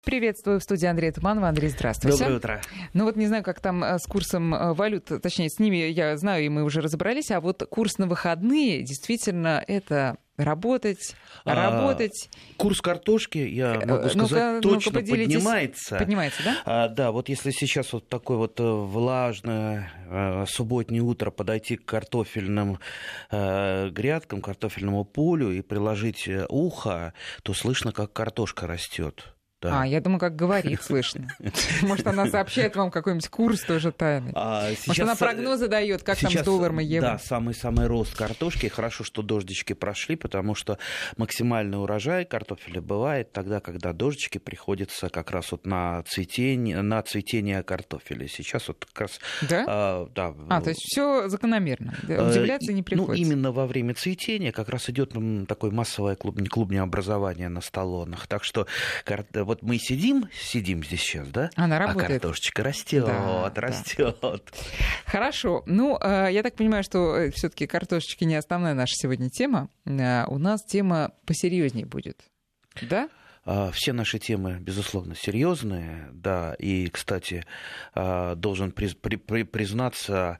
Приветствую в студии Андрея Туманова. Андрей, здравствуйте. Доброе утро. Ну вот не знаю, как там с курсом валют, точнее, с ними я знаю, и мы уже разобрались, а вот курс на выходные, действительно, это работать. Курс картошки, я могу сказать, точно поднимается. Поднимается, да? Да, вот если сейчас вот такое вот влажное субботнее утро подойти к картофельным грядкам, картофельному полю и приложить ухо, то слышно, как картошка растет. Да. Я думаю, как говорит, слышно. Может, она сообщает вам какой-нибудь курс тоже тайный. Может, она прогнозы дает, как там с долларом и евро. Да, самый рост картошки. Хорошо, что дождички прошли, потому что максимальный урожай картофеля бывает тогда, когда дождички приходятся как раз вот на цветение картофеля. Сейчас вот как раз... Да? Да. То есть все закономерно. Удивляться не приходится. Ну, именно во время цветения как раз идет такое массовое клубнеобразование на столонах. Так что вот мы сидим здесь сейчас, да? Она работает. Картошечка растет. Да. Хорошо. Ну, я так понимаю, что все-таки картошечки не основная наша сегодня тема. У нас тема посерьезнее будет. Да? Все наши темы, безусловно, серьезные, да, и, кстати, должен признаться,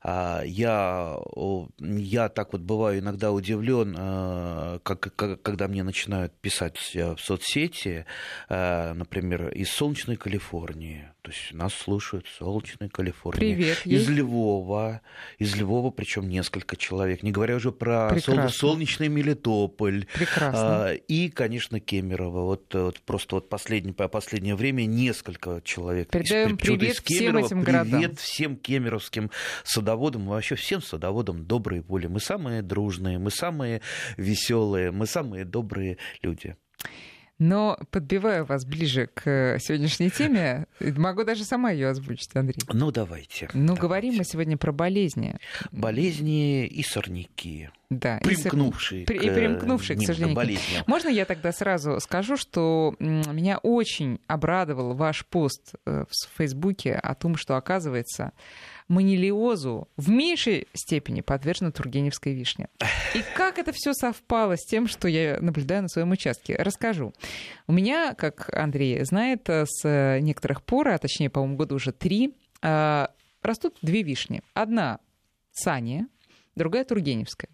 я так вот бываю иногда удивлен, когда мне начинают писать в соцсети, например, из солнечной Калифорнии, то есть нас слушают в солнечной Калифорнии. Привет. Из Львова, причем несколько человек, не говоря уже про солнечный Мелитополь. Прекрасно. И, конечно, Кемерово. Вот просто вот последнее время несколько человек. Передаем привет всем этим городам. Привет всем кемеровским садоводам, вообще всем садоводам доброй воли. Мы самые дружные, мы самые веселые, мы самые добрые люди. Но подбиваю вас ближе к сегодняшней теме. Могу даже сама ее озвучить, Андрей. Ну, давайте. Говорим мы сегодня про болезни. Болезни и сорняки. Да, примкнувшие к сожалению. Болезням. Можно я тогда сразу скажу, что меня очень обрадовал ваш пост в Фейсбуке о том, что, оказывается, манилиозу в меньшей степени подвержена тургеневская вишня. И как это все совпало с тем, что я наблюдаю на своем участке? Расскажу. У меня, как Андрей знает, с некоторых пор, а точнее, по-моему, года уже 3, растут 2 вишни. Одна Саня, другая тургеневская.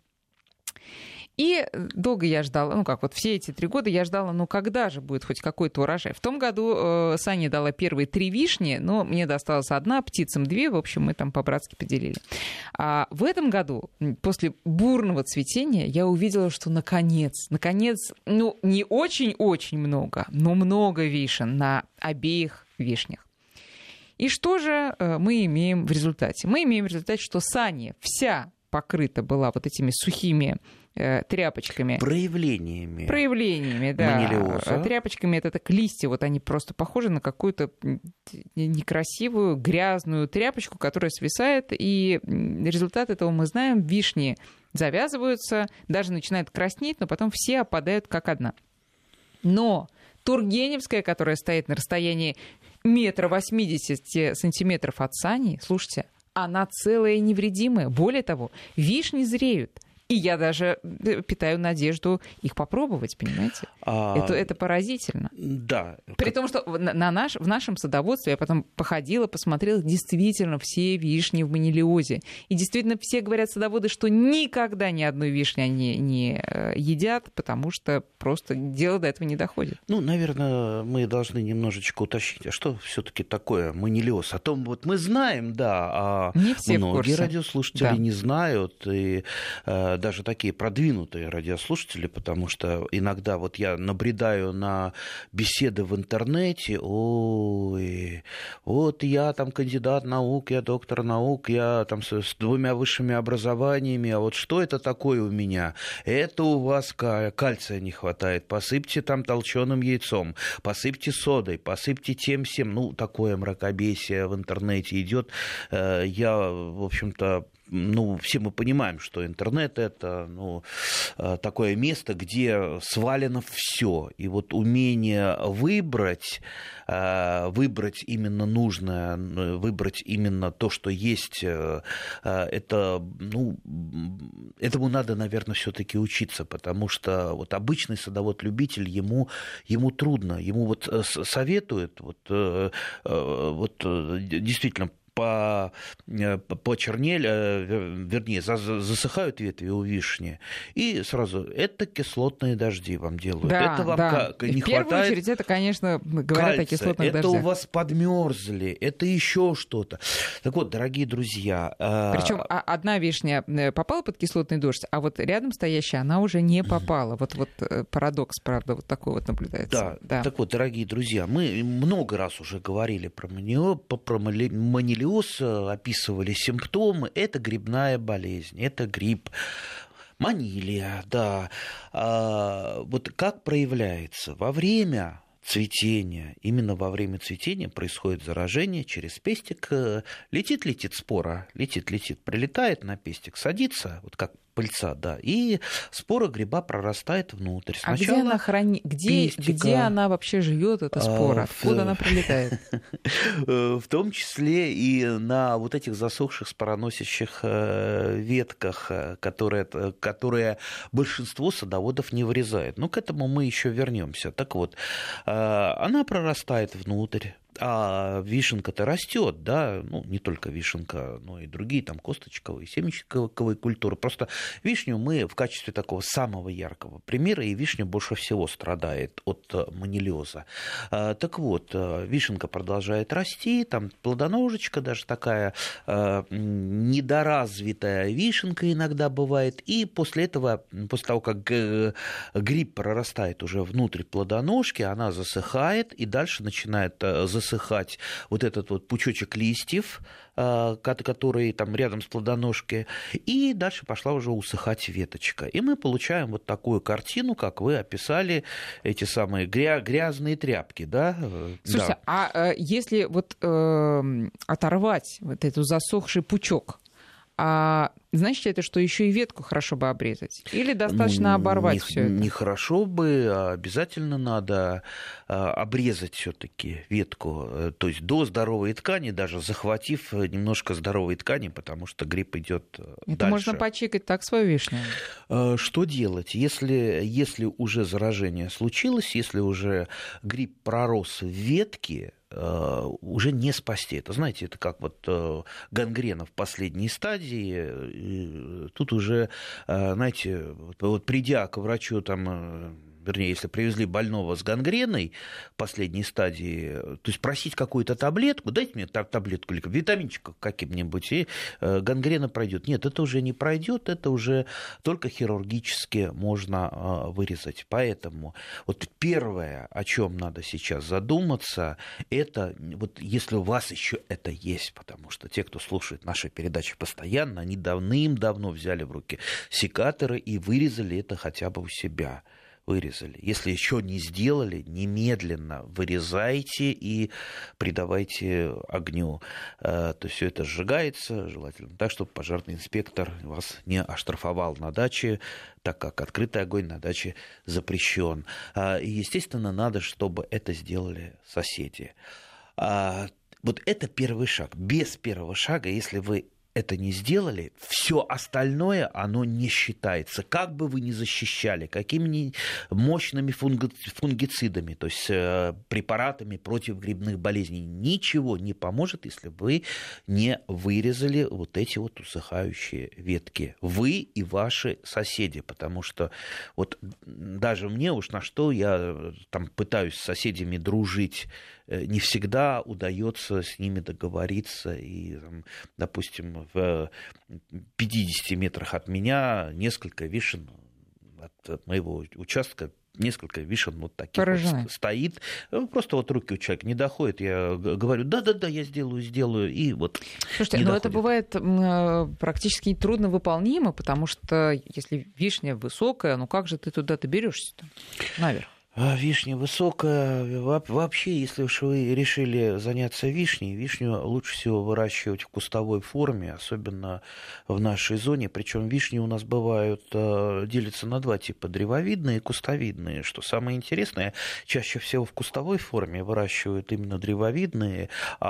И долго я ждала, все эти 3 года я ждала, когда же будет хоть какой-то урожай. В том году Саня дала первые 3 вишни, но мне досталась 1, птицам 2, в общем, мы там по-братски поделили. А в этом году, после бурного цветения, я увидела, что наконец, не очень-очень много, но много вишен на обеих вишнях. И что же мы имеем в результате? Мы имеем в результате, что Саня вся покрыта была вот этими сухими тряпочками. Проявлениями, да. Манилиоза. Тряпочками это так листья, вот они просто похожи на какую-то некрасивую грязную тряпочку, которая свисает, и результат этого мы знаем. Вишни завязываются, даже начинают краснеть, но потом все опадают как одна. Но тургеневская, которая стоит на расстоянии 1,80 сантиметров от Сани, слушайте, она целая и невредимая. Более того, вишни зреют. И я даже питаю надежду их попробовать, понимаете? Это поразительно. Да. При том, что в нашем садоводстве, я потом походила, посмотрела, действительно все вишни в манилиозе. И действительно все говорят садоводы, что никогда ни одной вишни они не едят, потому что просто дело до этого не доходит. Наверное, мы должны немножечко уточнить, а что все-таки такое манилиоз? О том вот мы знаем, да, а не все многие радиослушатели не знают, и даже такие продвинутые радиослушатели, потому что иногда вот я набредаю на беседы в интернете, вот я там кандидат наук, я доктор наук, я там с 2 высшими образованиями, а вот что это такое у меня? Это у вас кальция не хватает, посыпьте там толченым яйцом, посыпьте содой, посыпьте тем-сем, такое мракобесие в интернете идет. Я, в общем-то, все мы понимаем, что интернет — это такое место, где свалено все. И вот умение выбрать именно нужное, выбрать именно то, что есть, этому надо, наверное, все-таки учиться, потому что вот обычный садовод-любитель, ему трудно, ему вот советуют, действительно, засыхают ветви у вишни, и сразу это кислотные дожди вам делают. Да, это вам не в первую хватает очередь, это, конечно, говорят кальция, о кислотных это дождях. у вас подмерзли, это еще что-то. Так вот, дорогие друзья... Причем одна вишня попала под кислотный дождь, а вот рядом стоящая, она уже не попала. Вот парадокс, правда, вот такой вот наблюдается. Да. Так вот, дорогие друзья, мы много раз уже говорили про манилиоз, описывали симптомы. Это грибная болезнь, это гриб. Манилия, да. Вот как проявляется? Во время цветения, именно во время цветения происходит заражение через пестик. Летит спора, прилетает на пестик, садится, вот как пыльца, да, и спора гриба прорастает внутрь. Сначала где она вообще живет, эта спора? Откуда она прилетает? В том числе и на вот этих засохших спороносящих ветках, которые большинство садоводов не вырезает. Но к этому мы еще вернемся. Так вот, она прорастает внутрь. А вишенка-то растет, да, не только вишенка, но и другие там косточковые, семечковые культуры. Просто вишню мы в качестве такого самого яркого примера, и вишня больше всего страдает от манилиоза. Так вот, вишенка продолжает расти, там плодоножечка даже такая недоразвитая вишенка иногда бывает, и после того, как гриб прорастает уже внутрь плодоножки, она засыхает, и дальше начинает засыхать вот этот вот пучочек листьев, который там рядом с плодоножкой, и дальше пошла уже усыхать веточка. И мы получаем вот такую картину, как вы описали, эти самые грязные тряпки, да? Слушайте, да. А если вот оторвать вот этот засохший пучок, значит это, что еще и ветку хорошо бы обрезать? Или достаточно оборвать все это? Не хорошо бы, а обязательно надо обрезать все-таки ветку, то есть до здоровой ткани, даже захватив немножко здоровой ткани, потому что гриб идет дальше. Это можно почикать так свою вишню. Что делать, если уже заражение случилось, если уже гриб пророс в ветки, уже не спасти. Это, знаете, это как вот гангрена в последней стадии. Тут уже, знаете, вот придя к врачу, там, вернее, если привезли больного с гангреной в последней стадии, то есть просить какую-то таблетку, дайте мне таблетку или витаминчик каким-нибудь, и гангрена пройдет. Нет, это уже не пройдет, это уже только хирургически можно вырезать. Поэтому вот первое, о чем надо сейчас задуматься, это вот если у вас еще это есть, потому что те, кто слушает наши передачи постоянно, они давным-давно взяли в руки секаторы и вырезали это хотя бы у себя. Вырезали. Если еще не сделали, немедленно вырезайте и придавайте огню. То есть все это сжигается, желательно так, чтобы пожарный инспектор вас не оштрафовал на даче, так как открытый огонь на даче запрещен. И, естественно, надо, чтобы это сделали соседи. Вот это первый шаг. Без первого шага, если вы это не сделали, все остальное, оно не считается. Как бы вы ни защищали, какими мощными фунгицидами, то есть препаратами против грибных болезней, ничего не поможет, если вы не вырезали вот эти вот усыхающие ветки. Вы и ваши соседи, потому что вот даже мне уж на что я там пытаюсь с соседями дружить, не всегда удается с ними договориться. И, допустим, в 50 метрах от меня несколько вишен от моего участка, несколько вишен вот таких вот стоит. Просто вот руки у человека не доходят. Я говорю, да, я сделаю. И вот. Слушайте, но это бывает практически трудновыполнимо, потому что если вишня высокая, ну как же ты туда доберешься-то наверх? Вишня высокая. Вообще, если уж вы решили заняться вишней, вишню лучше всего выращивать в кустовой форме, особенно в нашей зоне. Причем вишни у нас бывают, делятся на два типа: древовидные и кустовидные. Что самое интересное, чаще всего в кустовой форме выращивают именно древовидные,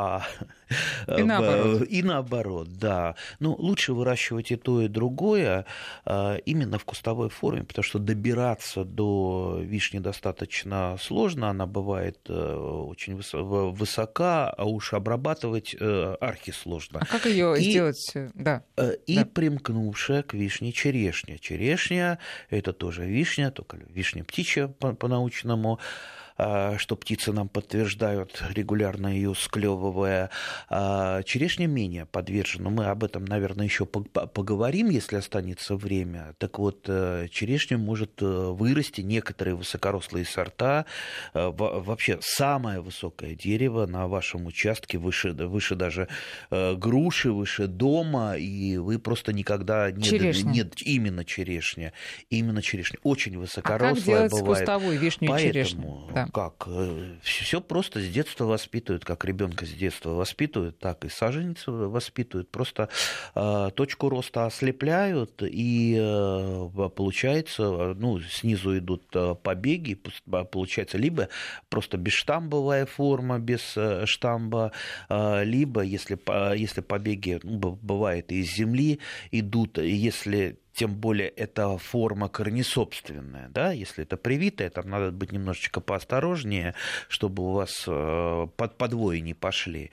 и наоборот, да. Но лучше выращивать и то, и другое именно в кустовой форме, потому что добираться до вишни достаточно сложно, она бывает очень высока, а уж обрабатывать архисложно. А как ее сделать? Да. Примкнувшая к вишне черешня. Черешня – это тоже вишня, только вишня птичья по-научному, что птицы нам подтверждают, регулярно ее склевывая. Черешня менее подвержена. Мы об этом, наверное, еще поговорим, если останется время. Так вот, черешня может вырасти, некоторые высокорослые сорта. Вообще, самое высокое дерево на вашем участке, выше даже груши, выше дома, и вы просто никогда не... Черешня. Нет, именно черешня. Именно черешня. Очень высокорослая бывает. А как делать кустовую вишню и черешню? Да. Как? Все просто с детства воспитывают, как ребенка с детства воспитывают, так и саженец воспитывают. Просто точку роста ослепляют, и получается, снизу идут побеги, получается либо просто бесштамбовая форма, без штамба, либо, если побеги, бывает, и из земли идут, если... Тем более это форма корнесобственная, да, если это привитая, там надо быть немножечко поосторожнее, чтобы у вас подвои не пошли.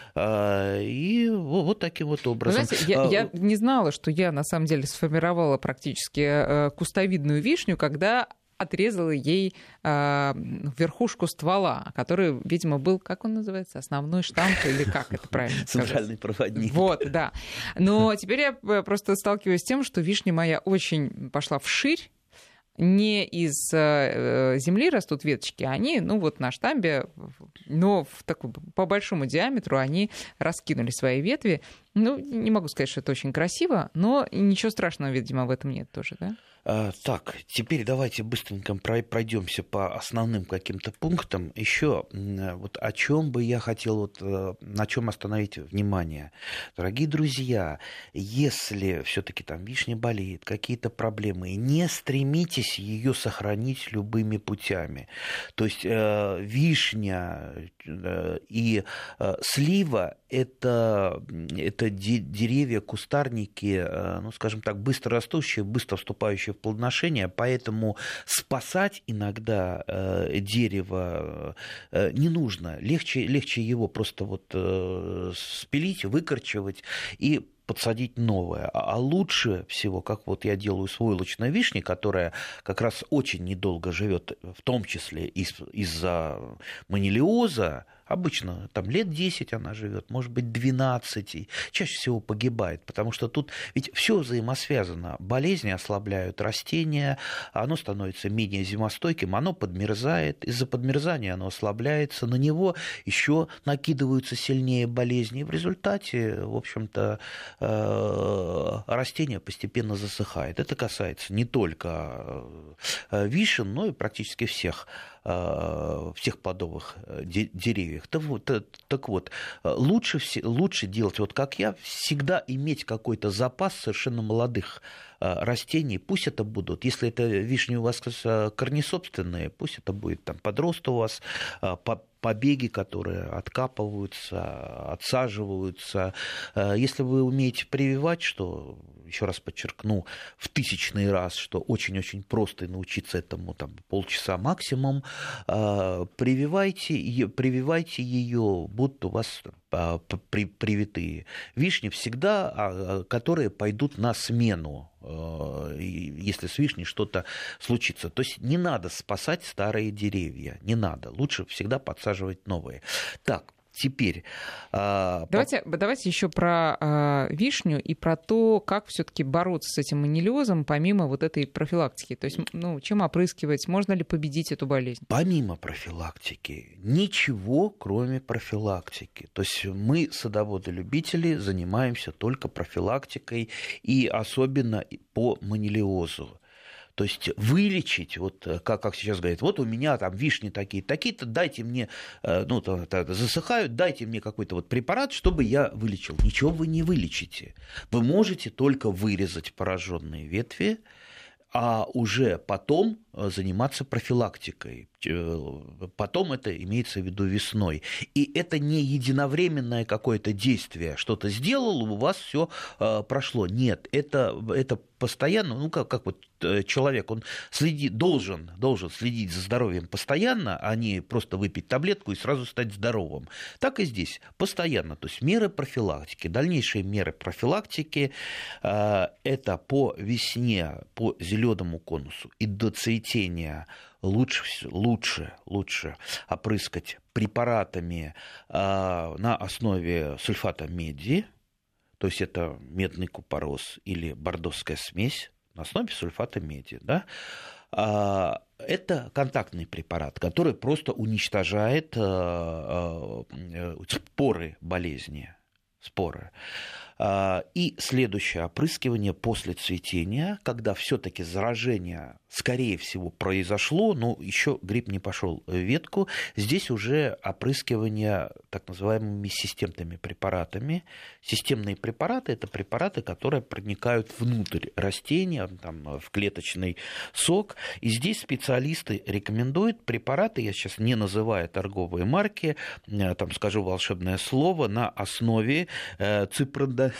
И вот таким вот образом. Вы знаете, я не знала, что я на самом деле сформировала практически кустовидную вишню, когда отрезала ей верхушку ствола, который, видимо, был, как он называется, основной штамп, или как это правильно сказать? Центральный проводник. Вот, да. Но теперь я просто сталкиваюсь с тем, что вишня моя очень пошла вширь, не из земли растут веточки, они, на штамбе, но по большому диаметру они раскинули свои ветви. Не могу сказать, что это очень красиво, но ничего страшного, видимо, в этом нет тоже, да? Так, теперь давайте быстренько пройдемся по основным каким-то пунктам. Еще вот о чем бы я хотел, на чем остановить внимание. Дорогие друзья, если все-таки там вишня болеет, какие-то проблемы, не стремитесь ее сохранить любыми путями. То есть вишня и слива – это деревья, кустарники, скажем так, быстро растущие, быстро вступающие в плодоношение, поэтому спасать иногда дерево не нужно. Легче его просто спилить, выкорчевать и подсадить новое. А лучше всего, как я делаю с войлочной вишней, которая как раз очень недолго живет, в том числе из-за манилиоза. Обычно там лет 10 она живет, может быть, 12, и чаще всего погибает, потому что тут ведь все взаимосвязано. Болезни ослабляют растения, оно становится менее зимостойким, оно подмерзает, из-за подмерзания оно ослабляется, на него еще накидываются сильнее болезни, и в результате, в общем-то, растение постепенно засыхает. Это касается не только вишен, но и практически всех плодовых деревьев. Так вот, лучше делать, как я, всегда иметь какой-то запас совершенно молодых растений. Пусть это будут, если это вишни у вас корнесобственные, пусть это будет подрост у вас, побеги, которые откапываются, отсаживаются. Если вы умеете прививать, что, еще раз подчеркну, в 1000-й раз, что очень-очень просто, и научиться этому полчаса максимум, прививайте ее, будут у вас привитые вишни всегда, которые пойдут на смену, если с вишней что-то случится. То есть не надо спасать старые деревья, не надо. Лучше всегда подсаживать новые. Так, теперь... Давайте еще про вишню и про то, как все-таки бороться с этим манилиозом, помимо этой профилактики. То есть, чем опрыскивать, можно ли победить эту болезнь? Помимо профилактики, ничего, кроме профилактики. То есть мы, садоводы-любители, занимаемся только профилактикой, и особенно по манилиозу. То есть вылечить, вот как сейчас говорят, вот у меня там вишни такие-то, дайте мне, засыхают, дайте мне какой-то вот препарат, чтобы я вылечил. Ничего вы не вылечите. Вы можете только вырезать пораженные ветви, а уже потом заниматься профилактикой. Потом это имеется в виду весной. И это не единовременное какое-то действие. Что-то сделал, у вас все прошло. Нет, это постоянно, как вот человек, он должен следить за здоровьем постоянно, а не просто выпить таблетку и сразу стать здоровым. Так и здесь, постоянно. То есть меры профилактики, дальнейшие меры профилактики, это по весне, по зеленому конусу и до цветения лучше опрыскать препаратами на основе сульфата меди, то есть это медный купорос или бордоская смесь на основе сульфата меди. Да? Это контактный препарат, который просто уничтожает споры болезни. И следующее опрыскивание после цветения, когда все-таки заражение, скорее всего, произошло, но еще гриб не пошел в ветку, здесь уже опрыскивание так называемыми системными препаратами. Системные препараты – это препараты, которые проникают внутрь растения, там, в клеточный сок. И здесь специалисты рекомендуют препараты, я сейчас не называю торговые марки, там скажу волшебное слово, на основе ципроданила.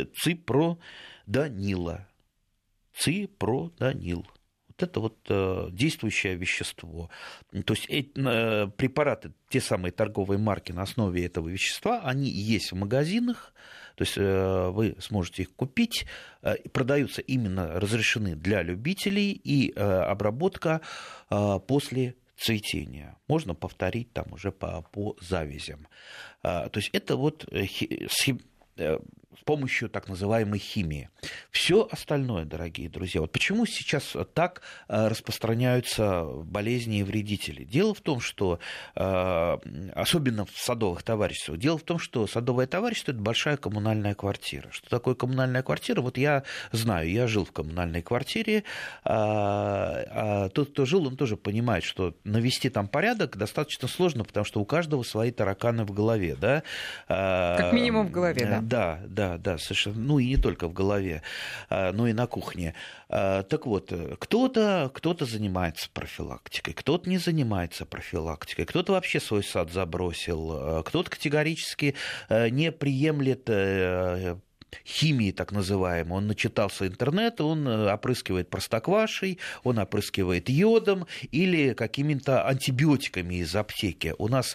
Ципроданил. Вот это вот действующее вещество. То есть препараты, те самые торговые марки на основе этого вещества, они есть в магазинах, то есть вы сможете их купить, продаются именно, разрешены для любителей, и обработка после цветения. Можно повторить там уже по завязям. То есть это вот с помощью так называемой химии. Все остальное, дорогие друзья, вот почему сейчас так распространяются болезни и вредители? Дело в том, что, особенно в садовых товариществах, дело в том, что садовое товарищество – это большая коммунальная квартира. Что такое коммунальная квартира? Вот я знаю, я жил в коммунальной квартире, тот, кто жил, он тоже понимает, что навести там порядок достаточно сложно, потому что у каждого свои тараканы в голове. Да? Как минимум в голове, да? Да, совершенно. Ну и не только в голове, но и на кухне. Так вот, кто-то занимается профилактикой, кто-то не занимается профилактикой, кто-то вообще свой сад забросил, кто-то категорически не приемлет химии, так называемой. Он начитался интернета, он опрыскивает простоквашей, он опрыскивает йодом или какими-то антибиотиками из аптеки. У нас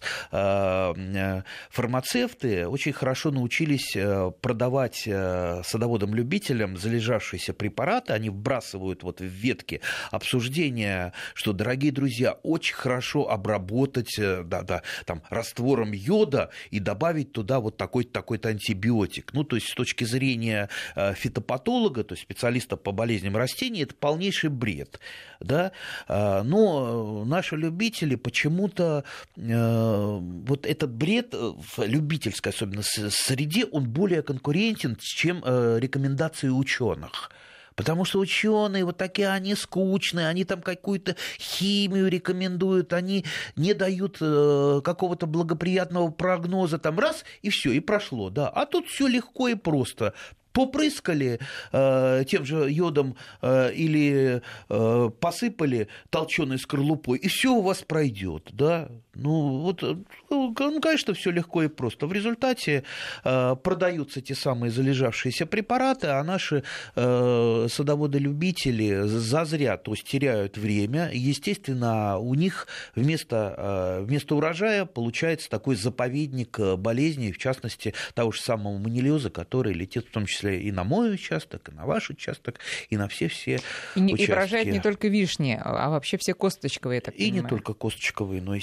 фармацевты очень хорошо научились продавать садоводам-любителям залежавшиеся препараты, они вбрасывают вот в ветки обсуждения, что, дорогие друзья, очень хорошо обработать там, раствором йода и добавить туда вот такой-то антибиотик. Ну, то есть с точки зрения фитопатолога, то есть специалиста по болезням растений, это полнейший бред. Да? Но наши любители почему-то вот этот бред в любительской, особенно среде, он более конкурентен, чем рекомендации ученых. Потому что ученые вот такие, они скучные, они там какую-то химию рекомендуют, они не дают какого-то благоприятного прогноза, там раз, и все, и прошло, да. А тут все легко и просто. Попрыскали тем же йодом или посыпали толченой скорлупой, и все у вас пройдет, да. Конечно, все легко и просто. В результате продаются те самые залежавшиеся препараты, а наши садоводы-любители зазря, то есть теряют время. Естественно, у них вместо урожая получается такой заповедник болезней, в частности, того же самого манилиоза, который летит в том числе и на мой участок, и на ваш участок, и на все участки. И поражает не только вишни, а вообще все косточковые, я так понимаю. И не только косточковые, но и семечковые.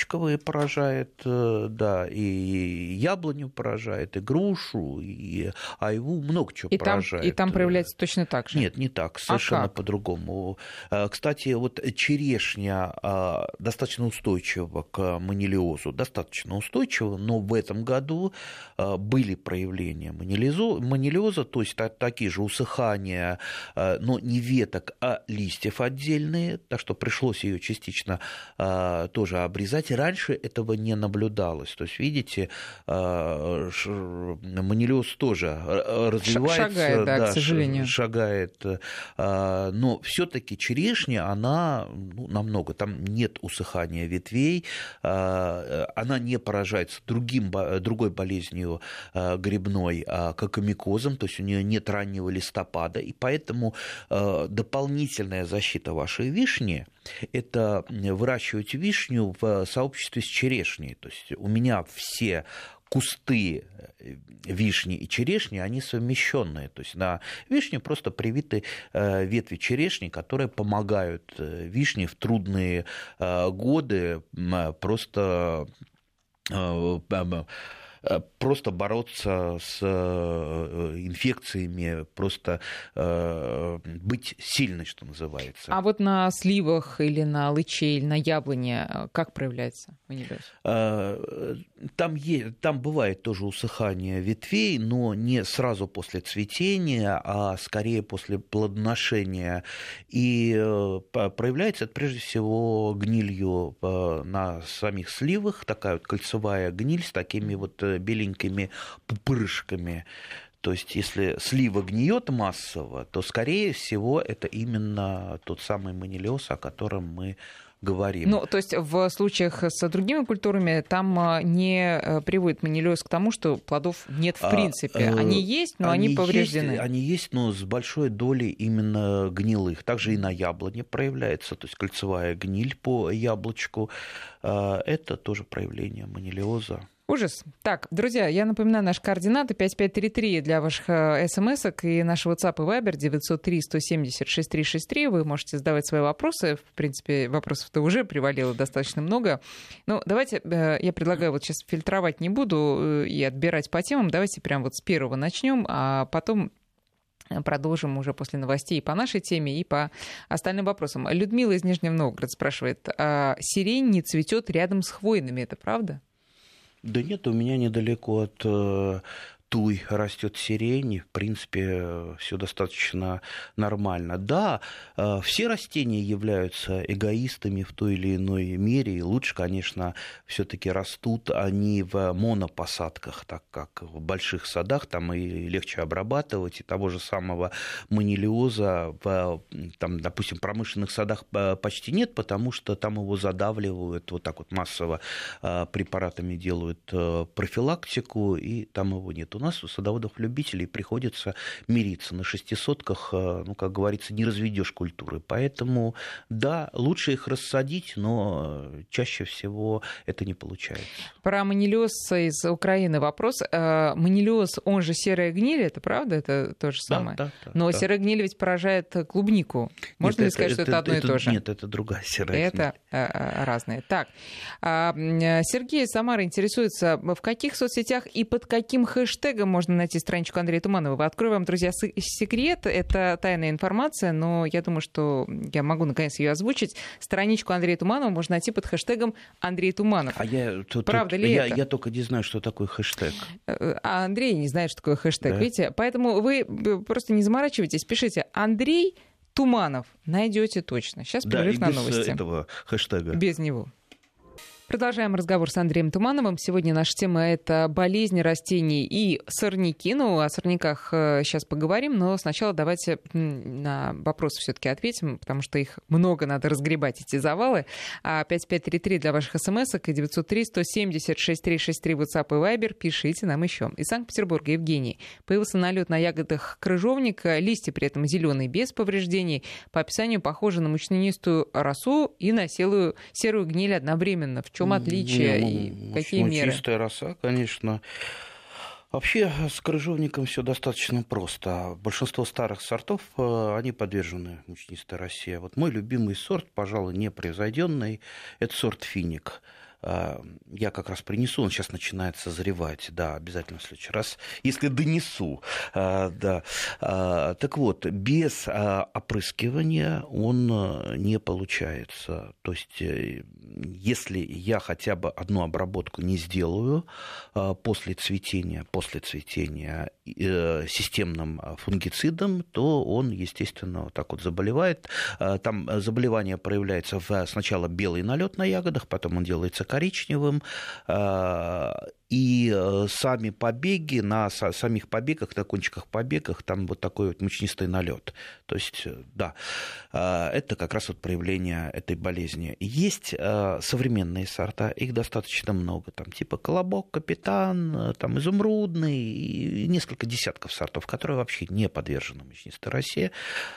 персиковые поражает, да, и яблоню поражает, и грушу, и айву, много чего поражает. И там проявляется точно так же? Нет, не так, совершенно по-другому. Кстати, вот черешня достаточно устойчива к манилиозу, достаточно устойчива, но в этом году были проявления манилиоза, то есть такие же усыхания, но не веток, а листьев отдельные, так что пришлось ее частично тоже обрезать. Раньше этого не наблюдалось. То есть, видите, манилиоз тоже развивается. Шагает, да, к сожалению. Шагает. Но все-таки черешня, она намного, там нет усыхания ветвей, она не поражается другой болезнью грибной, кокомикозом, то есть у нее нет раннего листопада, и поэтому дополнительная защита вашей вишни – это выращивать вишню в сообществе с черешней. То есть у меня все кусты вишни и черешни, они совмещенные. То есть на вишне просто привиты ветви черешни, которые помогают вишне в трудные годы просто бороться с инфекциями, просто быть сильной, что называется. А вот на сливах или на лыче, или на яблоне как проявляется манилиоз? Там бывает тоже усыхание ветвей, но не сразу после цветения, а скорее после плодоношения. И проявляется это прежде всего гнилью на самих сливах, такая вот кольцевая гниль с такими вот беленькими пупырышками. То есть, если слива гниет массово, то, скорее всего, это именно тот самый манилиоз, о котором мы говорим. Ну, то есть в случаях с другими культурами там не приводит манилиоз к тому, что плодов нет в принципе. Они есть, но они повреждены. Они есть, но с большой долей именно гнилых. Также и на яблоне проявляется, то есть кольцевая гниль по яблочку. Это тоже проявление манилиоза. Ужас. Так, друзья, я напоминаю, наши координаты 5533 для ваших смс-ок и наш WhatsApp и Viber 903-170-6363. Вы можете задавать свои вопросы. В принципе, вопросов-то уже привалило достаточно много. Но давайте, я предлагаю, вот сейчас фильтровать не буду и отбирать по темам. Давайте прямо вот с первого начнем, а потом продолжим уже после новостей и по нашей теме, и по остальным вопросам. Людмила из Нижнего Новгорода спрашивает, сирень не цветет рядом с хвойными, это правда? Да нет, у меня недалеко от Туй растет сирень, в принципе, все достаточно нормально. Да, все растения являются эгоистами в той или иной мере, и лучше, конечно, все-таки растут они в монопосадках, так как в больших садах там и легче обрабатывать, и того же самого манилиоза в, там, допустим, промышленных садах почти нет, потому что там его задавливают вот так вот массово препаратами делают профилактику, и там его нет. У нас, у садоводов-любителей, приходится мириться на шестисотках, ну, как говорится, не разведешь культуры. Поэтому, да, лучше их рассадить, но чаще всего это не получается. Про манилиоз из Украины вопрос. Манилиоз, он же серая гниль, это правда? Это то же самое? Да. Но серая гниль ведь поражает клубнику. Можно ли сказать, что это одно и то же? Нет, это другая серая гниль. Это разные. Так, Сергей из Самары интересуется, в каких соцсетях и под каким хэштегом можно найти страничку Андрея Туманова. Открою вам, друзья, секрет. Это тайная информация, но я думаю, что я могу наконец ее озвучить. Страничку Андрея Туманова можно найти под хэштегом Андрей Туманов. Правда ли это? Я только не знаю, что такое хэштег. А Андрей не знает, что такое хэштег. Да. Видите? Поэтому вы просто не заморачивайтесь, пишите Андрей Туманов. Найдете точно. Сейчас перерыв на новости. Без этого хэштега. Без него. Продолжаем разговор с Андреем Тумановым. Сегодня наша тема — это болезни растений и сорняки. Ну, о сорняках сейчас поговорим, но сначала давайте на вопросы все-таки ответим, потому что их много, надо разгребать, эти завалы. 5533 для ваших смс-ок и 903-170-6363 WhatsApp и Viber. Пишите нам еще. Из Санкт-Петербурга Евгений. Появился налет на ягодах крыжовника, листья при этом зеленые, без повреждений. По описанию похожи на мучнистую росу и на серую гниль одновременно. В чем отличие и какие меры? Чистая роса, конечно. Вообще с крыжовником все достаточно просто. Большинство старых сортов, они подвержены мучнистой росе. Вот мой любимый сорт, пожалуй, непревзойденный, это сорт финик. я как раз принесу, он сейчас начинает созревать, да, обязательно в следующий раз, если донесу, да. Так вот, без опрыскивания он не получается. То есть, если я хотя бы одну обработку не сделаю после цветения системным фунгицидом, то он, естественно, вот так вот заболевает. Там заболевание проявляется сначала белый налет на ягодах, потом он делается коричневым, и сами побеги, на самих побегах, на кончиках побегах, там вот такой вот мучнистый налет. То есть, да, это как раз вот проявление этой болезни. Есть современные сорта, их достаточно много, там типа Колобок, Капитан, там Изумрудный, и несколько десятков сортов, которые вообще не подвержены мучнистой росе.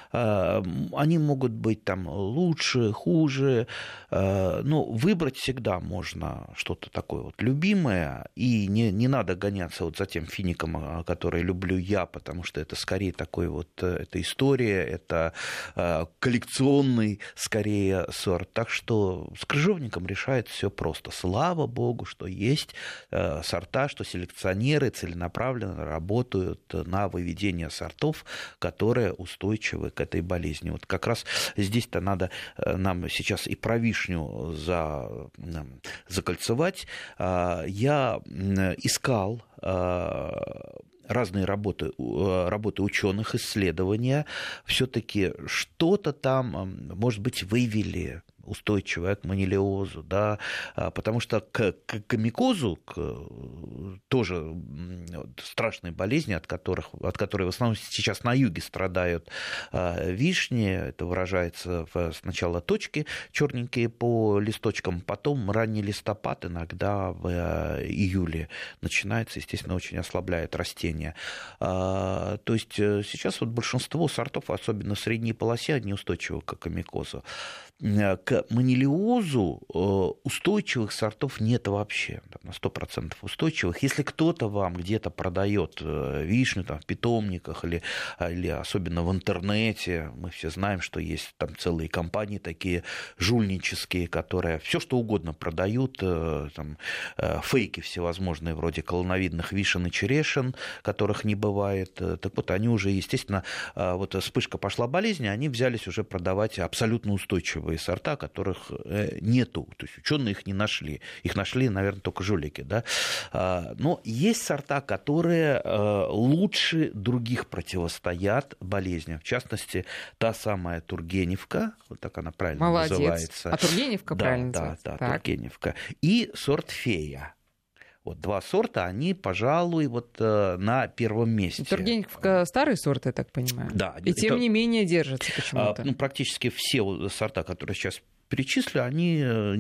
Они могут быть там лучше, хуже, но выбрать всегда можно что-то такое вот любимое. И не надо гоняться вот за тем фиником, который люблю я, потому что это скорее такой вот, это история, это коллекционный скорее сорт. Так что с крыжовником решается все просто. Слава богу, что есть сорта, что селекционеры целенаправленно работают на выведение сортов, которые устойчивы к этой болезни. Вот как раз здесь-то надо нам сейчас и про вишню закольцевать. Я искал разные работы ученых, исследования, все-таки что-то там, может быть, вывели устойчивое к монилиозу, да, потому что к комикозу, тоже страшной болезни, от которой в основном сейчас на юге страдают вишни, это выражается сначала точки черненькие по листочкам, потом ранний листопад, иногда в июле начинается, естественно, очень ослабляет растения. То есть сейчас вот большинство сортов, особенно в средней полосе, они устойчивы к комикозу. К монилиозу устойчивых сортов нет вообще, на 100% устойчивых. Если кто-то вам где-то продает вишню там, в питомниках или особенно в интернете, мы все знаем, что есть там целые компании такие жульнические, которые все что угодно продают, там, фейки всевозможные, вроде колоновидных вишен и черешин, которых не бывает. Так вот, они уже, естественно, вот вспышка пошла болезни, они взялись уже продавать абсолютно устойчивые сорта, которых нету, то есть ученые их не нашли, их нашли, наверное, только жулики, да? Но есть сорта, которые лучше других противостоят болезням, в частности, та самая Тургеневка, вот так она правильно называется. А Тургеневка правильно называется? Да, Тургеневка, и сорт Фея. Вот два сорта, они, пожалуй, вот на первом месте. Тургеневка старый сорт, я так понимаю. Да. И тем не менее держится почему-то. Практически все сорта, которые сейчас перечислю, они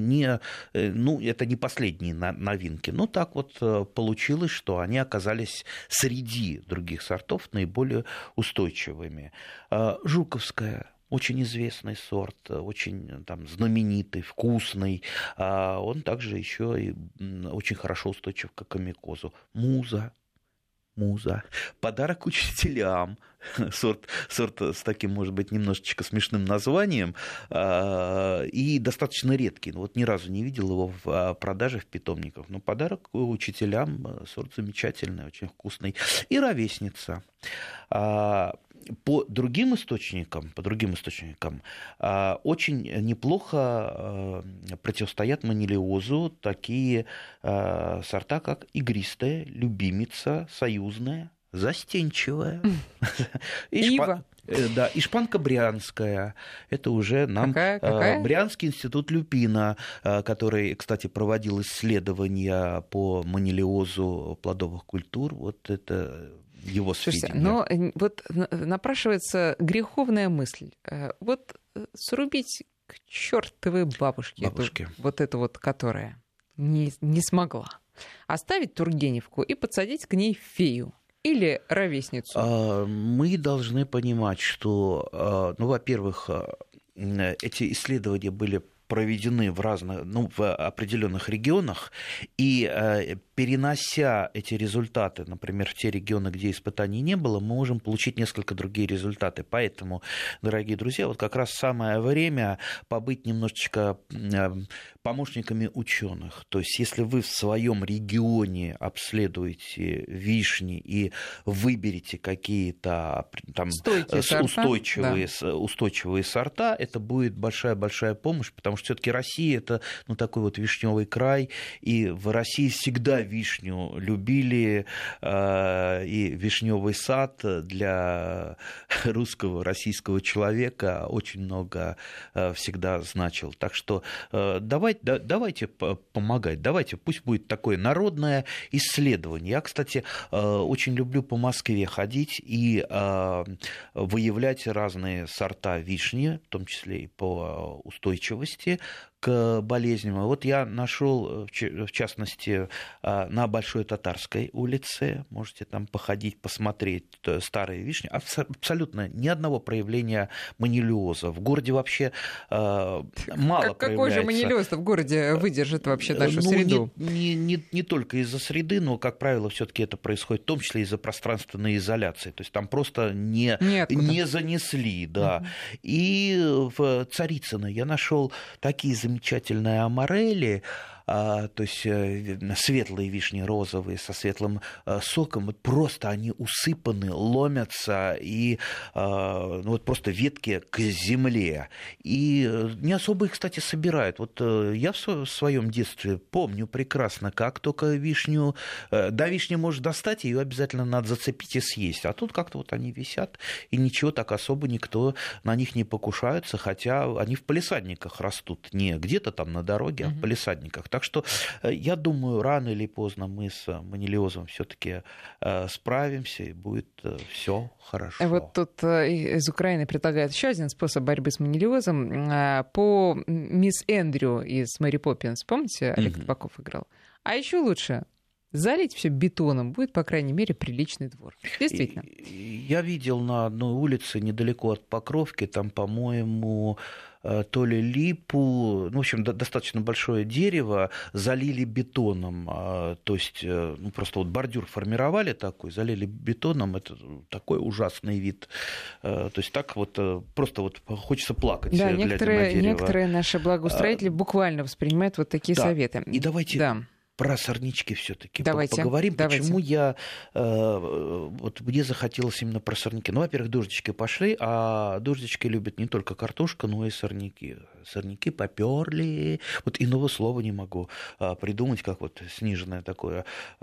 это не последние новинки. Но так вот получилось, что они оказались среди других сортов наиболее устойчивыми. Жуковская. Очень известный сорт, очень там, знаменитый, вкусный. Он также еще и очень хорошо устойчив к комикозу. Муза. Подарок учителям. Сорт с таким, может быть, немножечко смешным названием и достаточно редкий. Вот ни разу не видел его в продаже в питомниках. Но подарок учителям, сорт замечательный, очень вкусный. И ровесница. По другим источникам очень неплохо противостоят монилиозу такие сорта, как игристая, любимица, союзная, застенчивая. Ива. Да, и шпанка брянская. Это уже нам Какая? Брянский институт люпина, который, кстати, проводил исследования по монилиозу плодовых культур. Вот это его сведения. Но вот напрашивается греховная мысль. Вот срубить к чертовой бабушке. Вот эту вот, которая не смогла. Оставить Тургеневку и подсадить к ней фею. Или ровесницу? Мы должны понимать, что, во-первых, эти исследования были проведены в определенных регионах, и перенося эти результаты, например, в те регионы, где испытаний не было, мы можем получить несколько другие результаты. Поэтому, дорогие друзья, вот как раз самое время побыть немножечко помощниками ученых. То есть, если вы в своем регионе обследуете вишни и выберете какие-то там устойчивые сорта, это будет большая-большая помощь, потому что все-таки Россия это такой вот вишневый край, и в России всегда вишню любили, и вишневый сад для российского человека очень много всегда значил. Так что давайте помогать, давайте, пусть будет такое народное исследование. Я, кстати, очень люблю по Москве ходить и выявлять разные сорта вишни, в том числе и по устойчивости к болезням. Вот я нашел, в частности, на Большой Татарской улице, можете там походить, посмотреть старые вишни, абсолютно ни одного проявления манилиоза. В городе вообще мало проявляется. Какой же манилиоз в городе выдержит вообще нашу среду? Не только из-за среды, но, как правило, все-таки это происходит в том числе из-за пространственной изоляции. То есть там просто не занесли. Да. И в Царицыно я нашел такие замечательные аморели, то есть светлые вишни, розовые, со светлым соком, вот просто они усыпаны, ломятся, и вот просто ветки к земле. И не особо их, кстати, собирают. Вот я в своем детстве помню прекрасно, как только вишню, до вишни можешь достать, ее обязательно надо зацепить и съесть. А тут как-то вот они висят, и ничего так особо никто на них не покушается, хотя они в палисадниках растут, не где-то там на дороге, а в палисадниках. Так что я думаю, рано или поздно мы с манилиозом все-таки справимся, и будет все хорошо. Вот тут из Украины предлагают еще один способ борьбы с манилиозом. По мисс Эндрю из Мэри Поппинс, помните, Олег Табаков играл? А еще лучше залить все бетоном, будет, по крайней мере, приличный двор. Действительно. Я видел на одной улице недалеко от Покровки, там, по-моему, то ли липу, в общем, достаточно большое дерево залили бетоном. То есть просто вот бордюр формировали такой, залили бетоном. Это такой ужасный вид. То есть так вот просто вот хочется плакать, да, глядя на дерево. Некоторые наши благоустроители буквально воспринимают вот такие советы. И давайте про сорнячки все-таки поговорим. Давайте. Почему вот мне захотелось именно про сорняки? Во-первых, дождички пошли, а дождички любят не только картошка, но и сорняки. Сорняки поперли. Вот иного слова не могу придумать, как вот сниженное такое.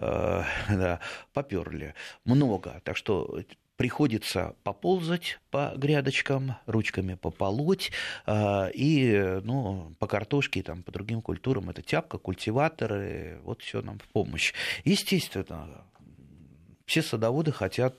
Поперли. Много. Так что приходится поползать по грядочкам, ручками пополоть, и по картошке, там, по другим культурам это тяпка, культиваторы, вот все нам в помощь. Естественно, все садоводы хотят,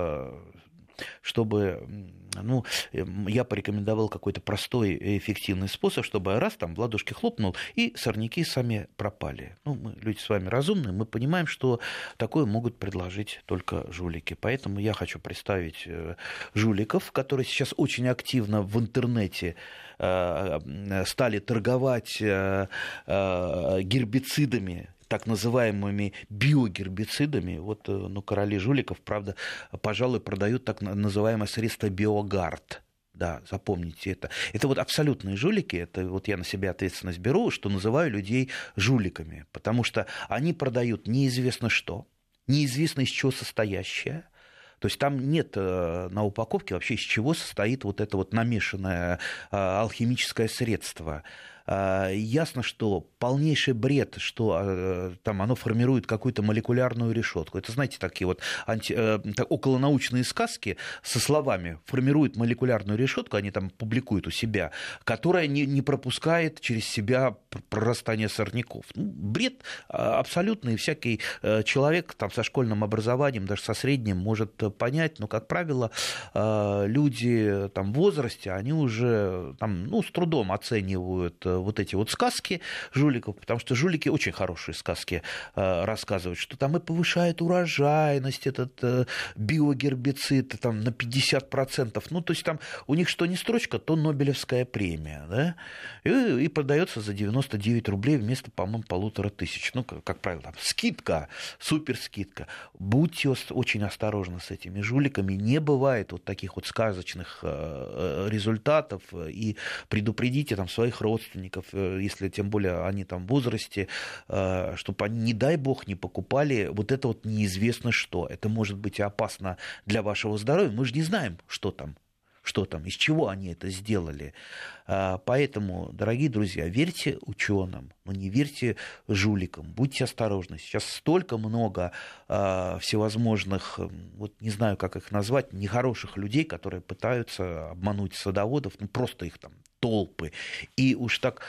чтобы, я порекомендовал какой-то простой и эффективный способ, чтобы раз там в ладошки хлопнул, и сорняки сами пропали. Мы люди с вами разумные, мы понимаем, что такое могут предложить только жулики. Поэтому я хочу представить жуликов, которые сейчас очень активно в интернете стали торговать гербицидами, так называемыми биогербицидами. Вот, короли жуликов, правда, пожалуй, продают так называемое средство Биогард. Да, запомните это. Это вот абсолютные жулики, это вот я на себя ответственность беру, что называю людей жуликами, потому что они продают неизвестно что, неизвестно из чего состоящее. То есть там нет на упаковке вообще из чего состоит вот это вот намешанное алхимическое средство. Ясно, что полнейший бред, что там оно формирует какую-то молекулярную решетку. Это, знаете, такие вот околонаучные сказки со словами формирует молекулярную решетку, они там публикуют у себя, которая не пропускает через себя прорастание сорняков. Бред абсолютный, и всякий человек там, со школьным образованием, даже со средним, может понять, но, как правило, люди там, в возрасте, они уже там, с трудом оценивают вот эти вот сказки жуликов, потому что жулики очень хорошие сказки рассказывают, что там и повышает урожайность этот биогербицид там, на 50%. Ну, то есть там у них что ни строчка, то Нобелевская премия. Да? И продается за 99 рублей вместо, по-моему, 1500. Ну, как правило, там скидка, суперскидка. Будьте очень осторожны с этими жуликами. Не бывает вот таких вот сказочных результатов. И предупредите там своих родственников, если тем более они там в возрасте, чтобы они, не дай бог, не покупали вот это вот неизвестно что. Это может быть опасно для вашего здоровья. Мы же не знаем, что там, из чего они это сделали. Поэтому, дорогие друзья, верьте ученым, но не верьте жуликам, будьте осторожны. Сейчас столько много всевозможных, вот не знаю, как их назвать, нехороших людей, которые пытаются обмануть садоводов, ну просто их там толпы. И уж так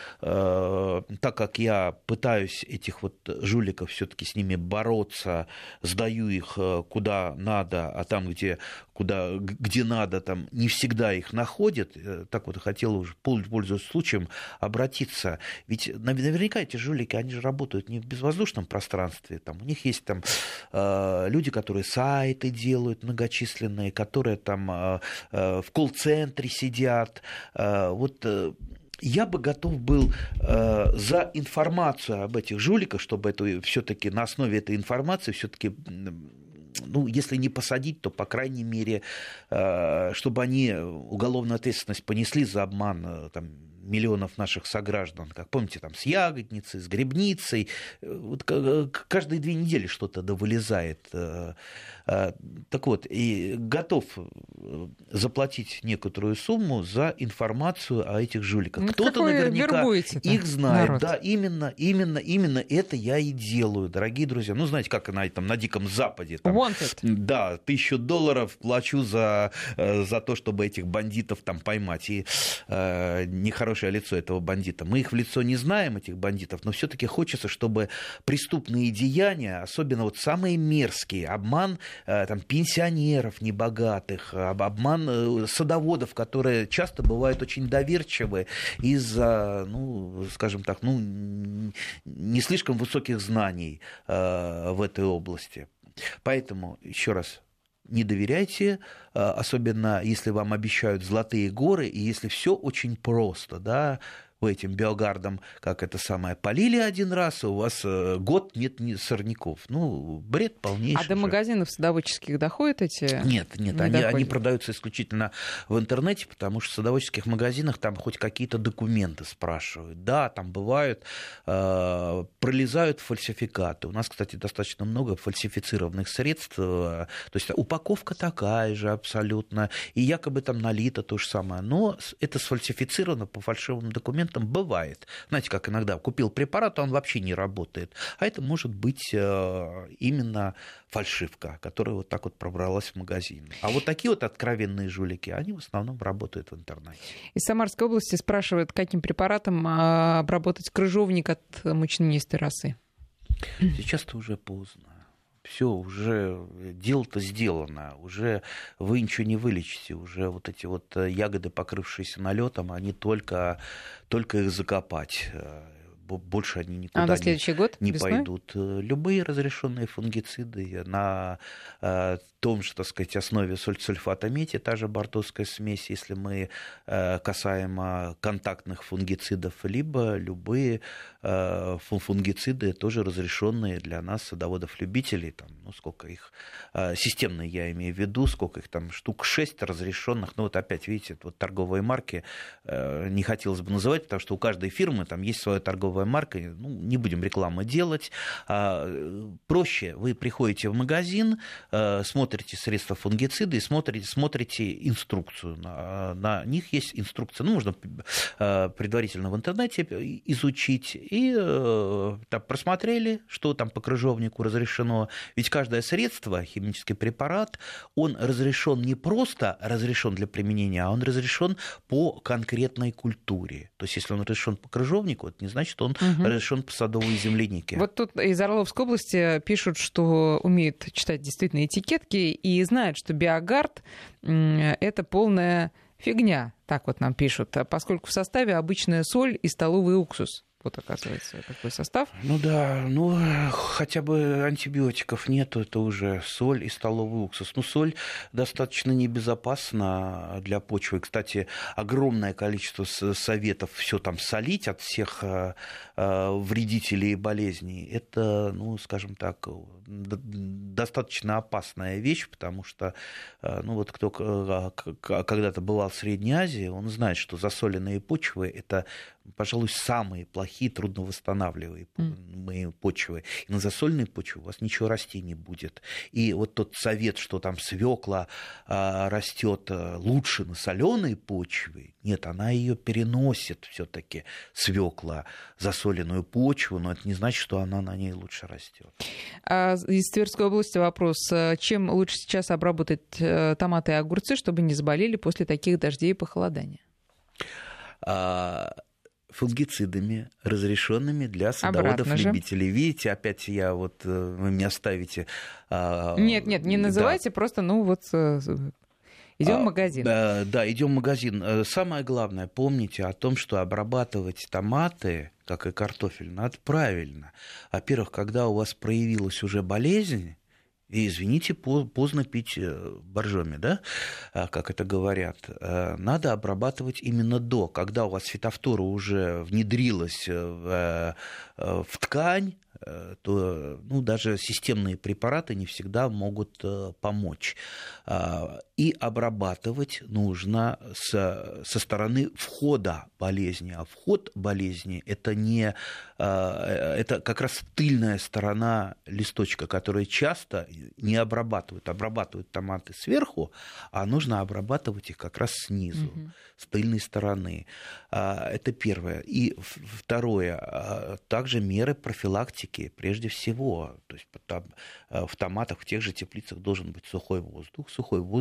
как я пытаюсь этих вот жуликов все-таки с ними бороться, сдаю их куда надо, а там, где надо, там не всегда их находят, так вот хотел уже, пользуясь случаем, обратиться. Ведь наверняка эти жулики, они же работают не в безвоздушном пространстве. Там, у них есть там люди, которые сайты делают многочисленные, которые там в колл-центре сидят. Вот я бы готов был за информацию об этих жуликах, чтобы это все-таки на основе этой информации все-таки, ну, если не посадить, то, по крайней мере, чтобы они уголовную ответственность понесли за обман там, миллионов наших сограждан, как помните, там, с ягодницей, с грибницей. Вот каждые 2 недели что-то довылезает. Так вот, и готов заплатить некоторую сумму за информацию о этих жуликах. Ну, кто-то наверняка их знает. Народ. Да, именно это я и делаю, дорогие друзья. Ну, знаете, как на Диком Западе. Там, Wanted. Да, $1000 плачу за то, чтобы этих бандитов там поймать. И нехорошее лицо этого бандита. Мы их в лицо не знаем, этих бандитов, но все-таки хочется, чтобы преступные деяния, особенно вот самые мерзкие, обман там, пенсионеров небогатых, обман садоводов, которые часто бывают очень доверчивы из-за, ну, скажем так, ну, не слишком высоких знаний в этой области. Поэтому, еще раз, не доверяйте, особенно если вам обещают золотые горы, и если все очень просто, да, вы этим биогардом, как это самое, полили один раз, и у вас год нет сорняков. Ну, бред полнейший. А до магазинов садоводческих доходят эти? Нет, они продаются исключительно в интернете, потому что в садоводческих магазинах там хоть какие-то документы спрашивают. Да, там бывают, пролезают фальсификаты. У нас, кстати, достаточно много фальсифицированных средств. То есть упаковка такая же абсолютно, и якобы там налито то же самое. Но это сфальсифицировано по фальшивым документам. Бывает. Знаете, как иногда купил препарат, а он вообще не работает. А это может быть именно фальшивка, которая вот так вот пробралась в магазин. А вот такие вот откровенные жулики, они в основном работают в интернете. Из Самарской области спрашивают, каким препаратом обработать крыжовник от мучнистой росы. Сейчас-то уже поздно. Все, уже дело-то сделано, уже вы ничего не вылечите, уже вот эти вот ягоды, покрывшиеся налетом, они только их закопать. Больше они никуда на следующий год, не весной? пойдут. Любые разрешенные фунгициды на том же, так сказать, основе сульфата меди, та же бордоская смесь, если мы касаемо контактных фунгицидов, либо любые фунгициды, тоже разрешенные для нас, садоводов-любителей, там, ну, сколько их, системные я имею в виду, сколько их там, штук 6 разрешенных, ну, вот опять, видите, вот торговые марки не хотелось бы называть, потому что у каждой фирмы там есть своя торговая марка, ну, не будем рекламу делать. Проще, вы приходите в магазин, смотрите средства фунгициды и смотрите инструкцию. На них есть инструкция. Ну, можно предварительно в интернете изучить. И там просмотрели, что там по крыжовнику разрешено. Ведь каждое средство, химический препарат, он разрешен не просто разрешен для применения, а он разрешен по конкретной культуре. То есть, если он разрешен по крыжовнику, это не значит, что он разрешен по садовой землянике. Вот тут из Орловской области пишут, что умеют читать действительно этикетки и знают, что биогард — это полная Фигня, так вот нам пишут, поскольку в составе обычная соль и столовый уксус. Вот, оказывается, какой состав. Ну да, хотя бы антибиотиков нету, это уже соль и столовый уксус. Соль достаточно небезопасна для почвы. Кстати, огромное количество советов все там солить от всех вредителей и болезней. Это, скажем так, достаточно опасная вещь, потому что, кто когда-то бывал в Средней Азии, он знает, что засоленные почвы – это, пожалуй, самые плохие, трудновосстанавливаемые почвы. И на засоленной почве у вас ничего расти не будет. И вот тот совет, что там свекла растет лучше на соленой почве, нет, она ее переносит все-таки, свекла, засоленную почву, но это не значит, что она на ней лучше растет. Из Тверской области вопрос. Чем лучше сейчас обработать томаты и огурцы, чтобы не заболели после таких дождей и похолодания? Фунгицидами, разрешенными для садоводов-любителей. Видите, опять вы меня ставите... Нет, не называйте, просто, идем в магазин. Да, идем в магазин. Самое главное, помните о том, что обрабатывать томаты, как и картофель, надо правильно. Во-первых, когда у вас проявилась уже болезнь, и, извините, поздно пить боржоми, да, как это говорят, надо обрабатывать именно до, когда у вас фитофтора уже внедрилась в ткань, то даже системные препараты не всегда могут помочь. И обрабатывать нужно со стороны входа болезни. А вход болезни – это как раз тыльная сторона листочка, которая часто не обрабатывают. Обрабатывают томаты сверху, а нужно обрабатывать их как раз снизу, с тыльной стороны. Это первое. И второе, также меры профилактики прежде всего. То есть в томатах, в тех же теплицах должен быть сухой воздух.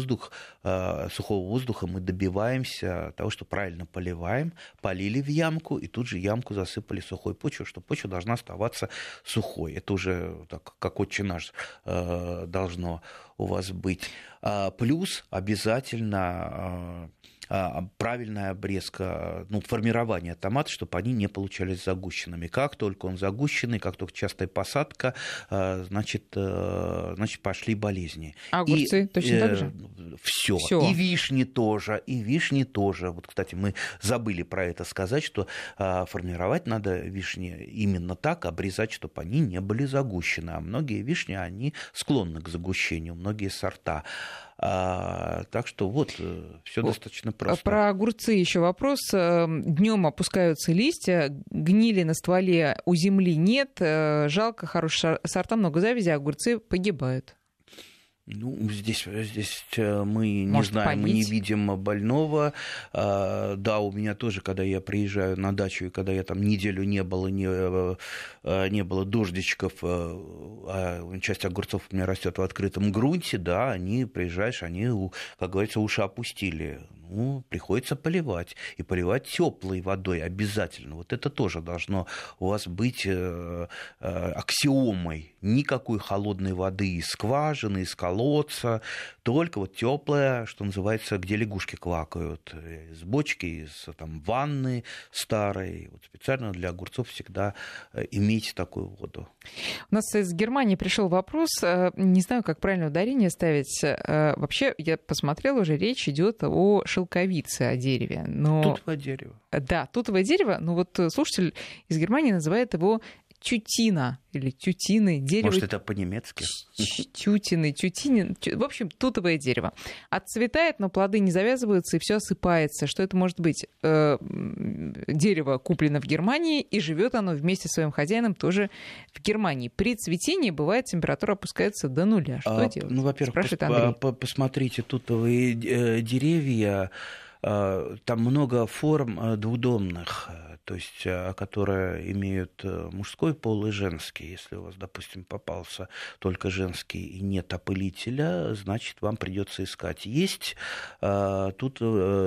Сухого воздуха мы добиваемся того, что правильно поливаем, полили в ямку и тут же ямку засыпали сухой почвой, что почва должна оставаться сухой. Это уже так, как «Отче наш» должно у вас быть. Плюс обязательно правильная обрезка, формирование томата, чтобы они не получались загущенными. Как только он загущенный, как только частая посадка, значит пошли болезни. А огурцы точно так же? Все. И вишни тоже. Вот, кстати, мы забыли про это сказать, что формировать надо вишни именно так, обрезать, чтобы они не были загущены. А многие вишни, они склонны к загущению, многие сорта. Так что все достаточно просто. Про огурцы еще вопрос. Днем опускаются листья, гнили на стволе у земли нет. Жалко, хорошие сорта, много завязи, а огурцы погибают. Здесь мы не знаем, мы не видим больного. Да, у меня тоже, когда я приезжаю на дачу, и когда я там неделю не было дождичков, часть огурцов у меня растет в открытом грунте, да, приезжаешь, они, как говорится, уши опустили. Приходится поливать. И поливать теплой водой обязательно. Вот это тоже должно у вас быть аксиомой. Никакой холодной воды из скважины, из колодца. Только теплая, что называется, где лягушки квакают. Из бочки, из ванны старой. Специально для огурцов всегда имейте такую воду. У нас из Германии пришел вопрос. Не знаю, как правильно ударение ставить. Вообще, я посмотрела уже, речь идет о шелковице, о дереве. Тутовое дерево. Да, тутовое дерево. Но слушатель из Германии называет его тютина или тютины. Дерево... Может, это по-немецки? Тютины. В общем, тутовое дерево. Отцветает, но плоды не завязываются, и все осыпается. Что это может быть? Дерево куплено в Германии, и живет оно вместе со своим хозяином тоже в Германии. При цветении, бывает, температура опускается до нуля. Что делать? Во-первых, посмотрите, тутовые деревья, там много форм двудомных, то есть, которые имеют мужской пол и женский. Если у вас, допустим, попался только женский и нет опылителя, значит, вам придется искать. Есть тут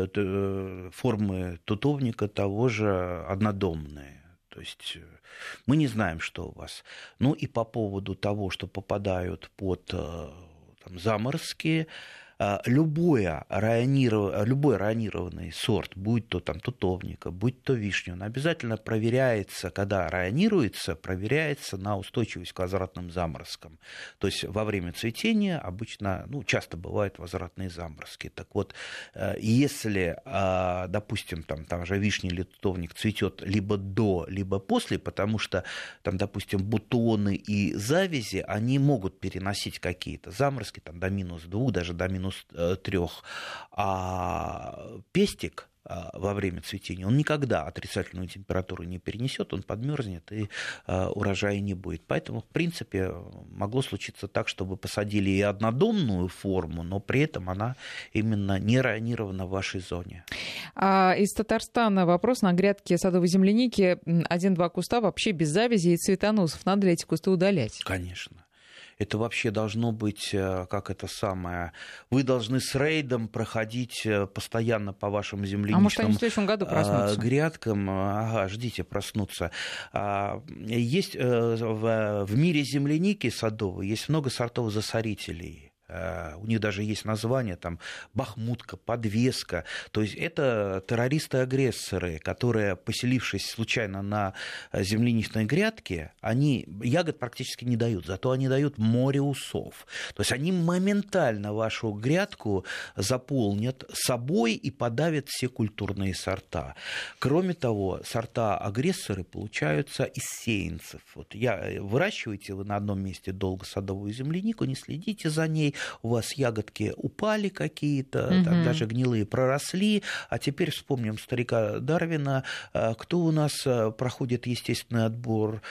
формы тутовника того же однодомные. То есть мы не знаем, что у вас. И по поводу того, что попадают под заморозки, любой районированный сорт, будь то там тутовника, будь то вишня, он обязательно проверяется, когда районируется, проверяется на устойчивость к возвратным заморозкам. То есть во время цветения обычно, часто бывают возвратные заморозки. Так вот, если, допустим, там же вишня или тутовник цветет либо до, либо после, потому что там, допустим, бутоны и завязи, они могут переносить какие-то заморозки там, до -2, даже до -3, а пестик во время цветения, он никогда отрицательную температуру не перенесет, он подмерзнет и урожая не будет. Поэтому, в принципе, могло случиться так, чтобы посадили и однодомную форму, но при этом она именно не районирована в вашей зоне. Из Татарстана вопрос: на грядке садовой земляники 1-2 куста вообще без завязи и цветоносов. Надо ли эти кусты удалять? Конечно. Это вообще должно быть, вы должны с рейдом проходить постоянно по вашим земляничным может, они в следующем году проснутся? Грядкам. Ждите, проснутся. Есть в мире земляники садовой есть много сортов засорителей. У них даже есть название, там, бахмутка, подвеска. То есть это террористы-агрессоры, которые, поселившись случайно на земляничной грядке, они ягод практически не дают, зато они дают море усов. То есть они моментально вашу грядку заполнят собой и подавят все культурные сорта. Кроме того, сорта-агрессоры получаются из сеянцев. Выращиваете вы на одном месте долго садовую землянику, не следите за ней, у вас ягодки упали какие-то, там даже гнилые проросли, а теперь вспомним старика Дарвина, кто у нас проходит естественный отбор,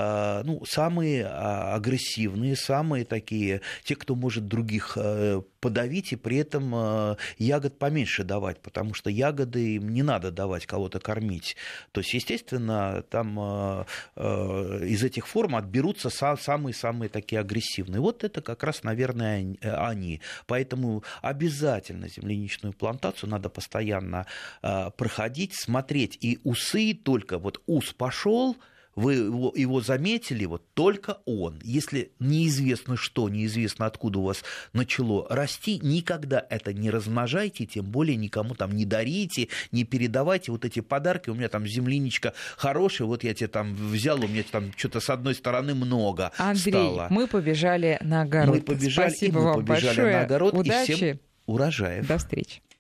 самые агрессивные, самые такие, те, кто может других подавить и при этом ягод поменьше давать, потому что ягоды им не надо давать, кого-то кормить. То есть, естественно, там из этих форм отберутся самые-самые такие агрессивные. Вот это как раз, наверное, они. Поэтому обязательно земляничную плантацию надо постоянно проходить, смотреть. И усы только, ус пошел, вы его заметили, только он. Если неизвестно что, неизвестно откуда у вас начало расти, никогда это не размножайте, тем более никому там не дарите, не передавайте эти подарки. У меня там земляничка хорошая, я тебе там взял, у меня там что-то с одной стороны много стало. Андрей, мы побежали на огород. Спасибо вам большое. на огород. Удачи. И всем урожаев. До встречи.